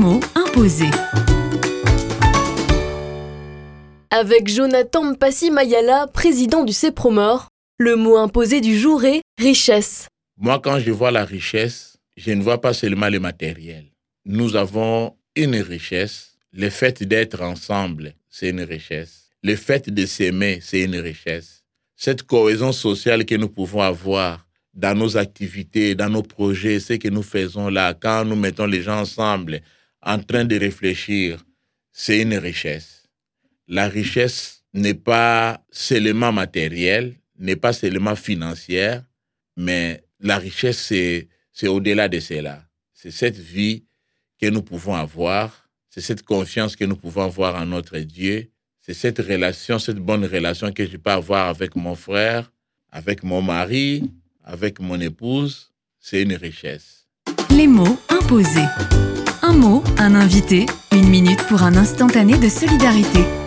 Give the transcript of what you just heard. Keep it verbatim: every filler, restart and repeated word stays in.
mots imposés. Avec Jonathan Mpassi Mayala, président du CEPROMOR, le mot imposé du jour est richesse. Moi, quand je vois la richesse, je ne vois pas seulement le matériel. Nous avons une richesse. Le fait d'être ensemble, c'est une richesse. Le fait de s'aimer, c'est une richesse. Cette cohésion sociale que nous pouvons avoir dans nos activités, dans nos projets, ce que nous faisons là, quand nous mettons les gens ensemble en train de réfléchir, c'est une richesse. La richesse n'est pas seulement matérielle, n'est pas seulement financière, mais la richesse, c'est, c'est au-delà de cela. C'est cette vie que nous pouvons avoir, c'est cette confiance que nous pouvons avoir en notre Dieu, c'est cette relation, cette bonne relation que je peux avoir avec mon frère, avec mon mari, avec mon épouse, c'est une richesse. Les mots imposés. Un mot, un invité, une minute pour un instantané de solidarité.